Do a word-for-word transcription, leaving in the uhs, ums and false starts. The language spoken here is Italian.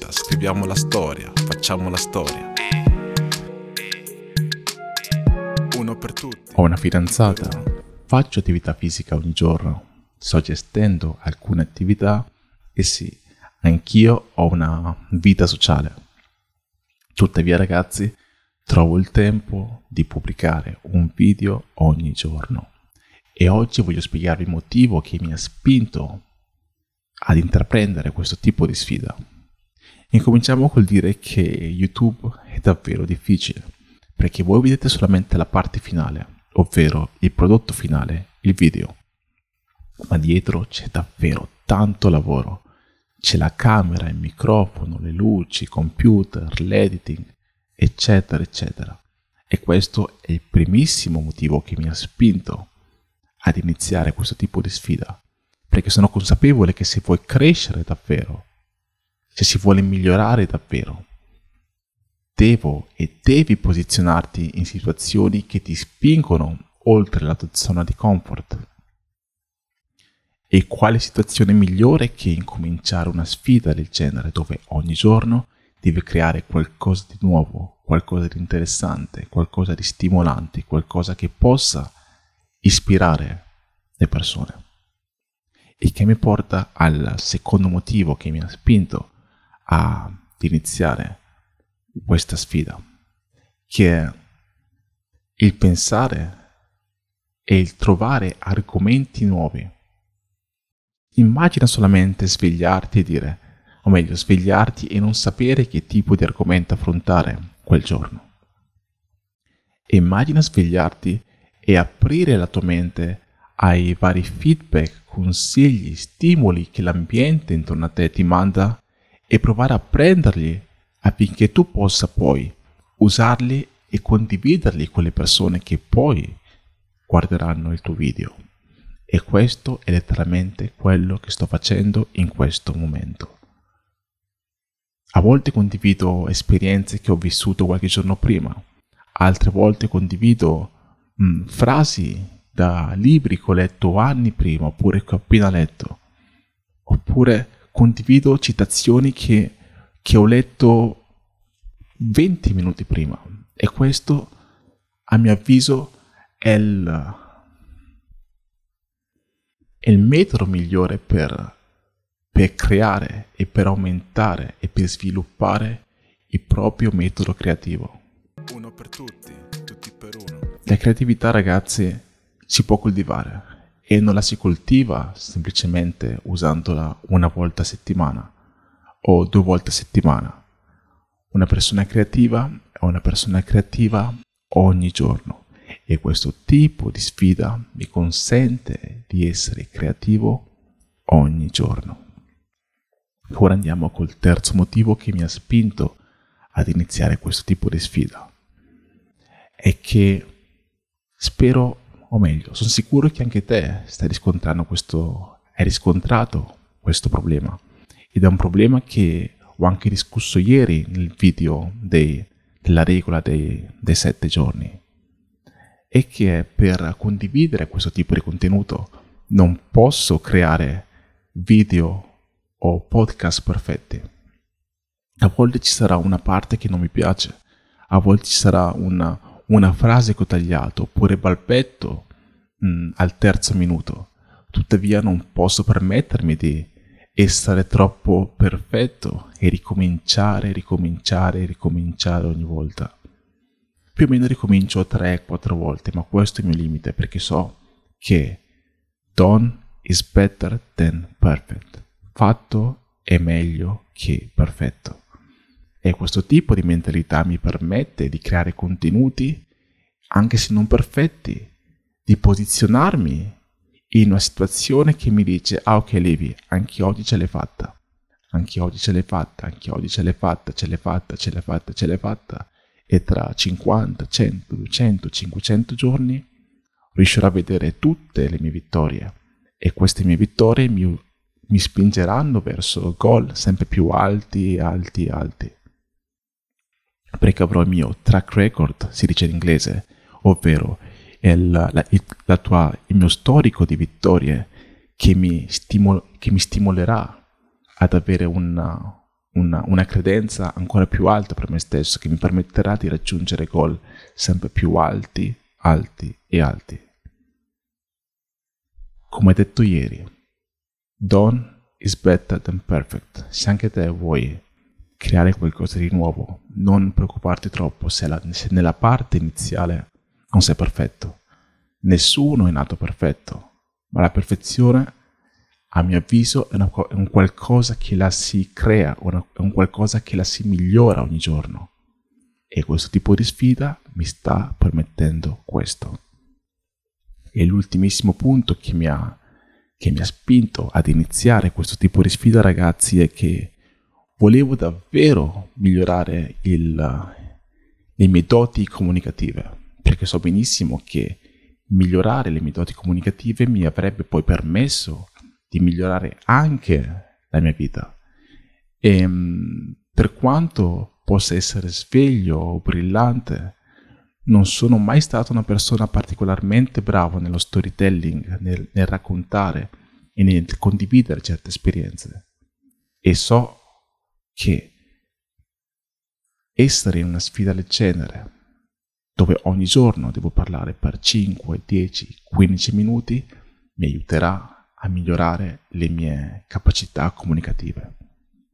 podcast, scriviamo la storia, facciamo la storia. Uno per tutti. Ho una fidanzata, faccio attività fisica ogni giorno, sto gestendo alcune attività e sì, anch'io ho una vita sociale. Tuttavia, ragazzi, trovo il tempo di pubblicare un video ogni giorno e oggi voglio spiegarvi il motivo che mi ha spinto ad intraprendere questo tipo di sfida. Incominciamo col dire che YouTube è davvero difficile, perché voi vedete solamente la parte finale, ovvero il prodotto finale, il video. Ma dietro c'è davvero tanto lavoro. C'è la camera, il microfono, le luci, il computer, l'editing, eccetera, eccetera. E questo è il primissimo motivo che mi ha spinto ad iniziare questo tipo di sfida. Perché sono consapevole che se vuoi crescere davvero, se si vuole migliorare davvero, devo e devi posizionarti in situazioni che ti spingono oltre la tua zona di comfort. E quale situazione migliore che incominciare una sfida del genere, dove ogni giorno devi creare qualcosa di nuovo, qualcosa di interessante, qualcosa di stimolante, qualcosa che possa ispirare le persone. E che mi porta al secondo motivo che mi ha spinto ad iniziare questa sfida, che è il pensare e il trovare argomenti nuovi. Immagina solamente svegliarti e dire, o meglio svegliarti e non sapere che tipo di argomento affrontare quel giorno. E immagina svegliarti e aprire la tua mente ai vari feedback, consigli, stimoli che l'ambiente intorno a te ti manda e provare a prenderli affinché tu possa poi usarli e condividerli con le persone che poi guarderanno il tuo video. E questo è letteralmente quello che sto facendo in questo momento. A volte condivido esperienze che ho vissuto qualche giorno prima, altre volte condivido mh, frasi da libri che ho letto anni prima oppure che ho appena letto, oppure condivido citazioni che, che ho letto venti minuti prima. E questo, a mio avviso, è il, è il metodo migliore per, per creare e per aumentare e per sviluppare il proprio metodo creativo. Uno per tutti, tutti per uno. La creatività, ragazzi, si può coltivare e non la si coltiva semplicemente usandola una volta a settimana o due volte a settimana. Una persona creativa è una persona creativa ogni giorno e questo tipo di sfida mi consente di essere creativo ogni giorno. Ora andiamo col terzo motivo che mi ha spinto ad iniziare questo tipo di sfida. È che spero, o meglio, sono sicuro che anche te stai riscontrando questo, hai riscontrato questo problema. Ed è un problema che ho anche discusso ieri nel video dei, della regola dei, dei sette giorni. E che per condividere questo tipo di contenuto non posso creare video o podcast perfetti. A volte ci sarà una parte che non mi piace, a volte ci sarà una, una frase che ho tagliato, oppure balbetto mh, al terzo minuto. Tuttavia non posso permettermi di essere troppo perfetto e ricominciare, ricominciare, ricominciare ogni volta. Più o meno ricomincio tre quattro volte, ma questo è il mio limite, perché so che done is better than perfect. Fatto è meglio che perfetto. E questo tipo di mentalità mi permette di creare contenuti, anche se non perfetti, di posizionarmi in una situazione che mi dice, ah ok Levi, anche oggi ce l'hai fatta, anche oggi ce l'hai fatta, anche oggi ce l'hai fatta, ce l'hai fatta, ce l'hai fatta, ce l'hai fatta, e tra cinquanta, cento, duecento, cinquecento giorni riuscirò a vedere tutte le mie vittorie e queste mie vittorie mi, mi spingeranno verso goal sempre più alti, alti, alti. Perché avrò il mio track record, si dice in inglese, ovvero il, la, il, la tua, il mio storico di vittorie che mi, stimol, che mi stimolerà ad avere una, una, una credenza ancora più alta per me stesso che mi permetterà di raggiungere goal sempre più alti, alti e alti. Come detto ieri, done is better than perfect. Se anche te vuoi creare qualcosa di nuovo, non preoccuparti troppo se, la, se nella parte iniziale non sei perfetto. Nessuno è nato perfetto, ma la perfezione, a mio avviso, è, una, è un qualcosa che la si crea, una, è un qualcosa che la si migliora ogni giorno. E questo tipo di sfida mi sta permettendo questo. E l'ultimissimo punto che mi ha, che mi ha spinto ad iniziare questo tipo di sfida, ragazzi, è che volevo davvero migliorare il, le mie doti comunicative, perché so benissimo che migliorare le mie doti comunicative mi avrebbe poi permesso di migliorare anche la mia vita. E per quanto possa essere sveglio o brillante, non sono mai stato una persona particolarmente brava nello storytelling, nel, nel raccontare e nel condividere certe esperienze. E so che essere in una sfida del genere, dove ogni giorno devo parlare per cinque, dieci, quindici minuti, mi aiuterà a migliorare le mie capacità comunicative.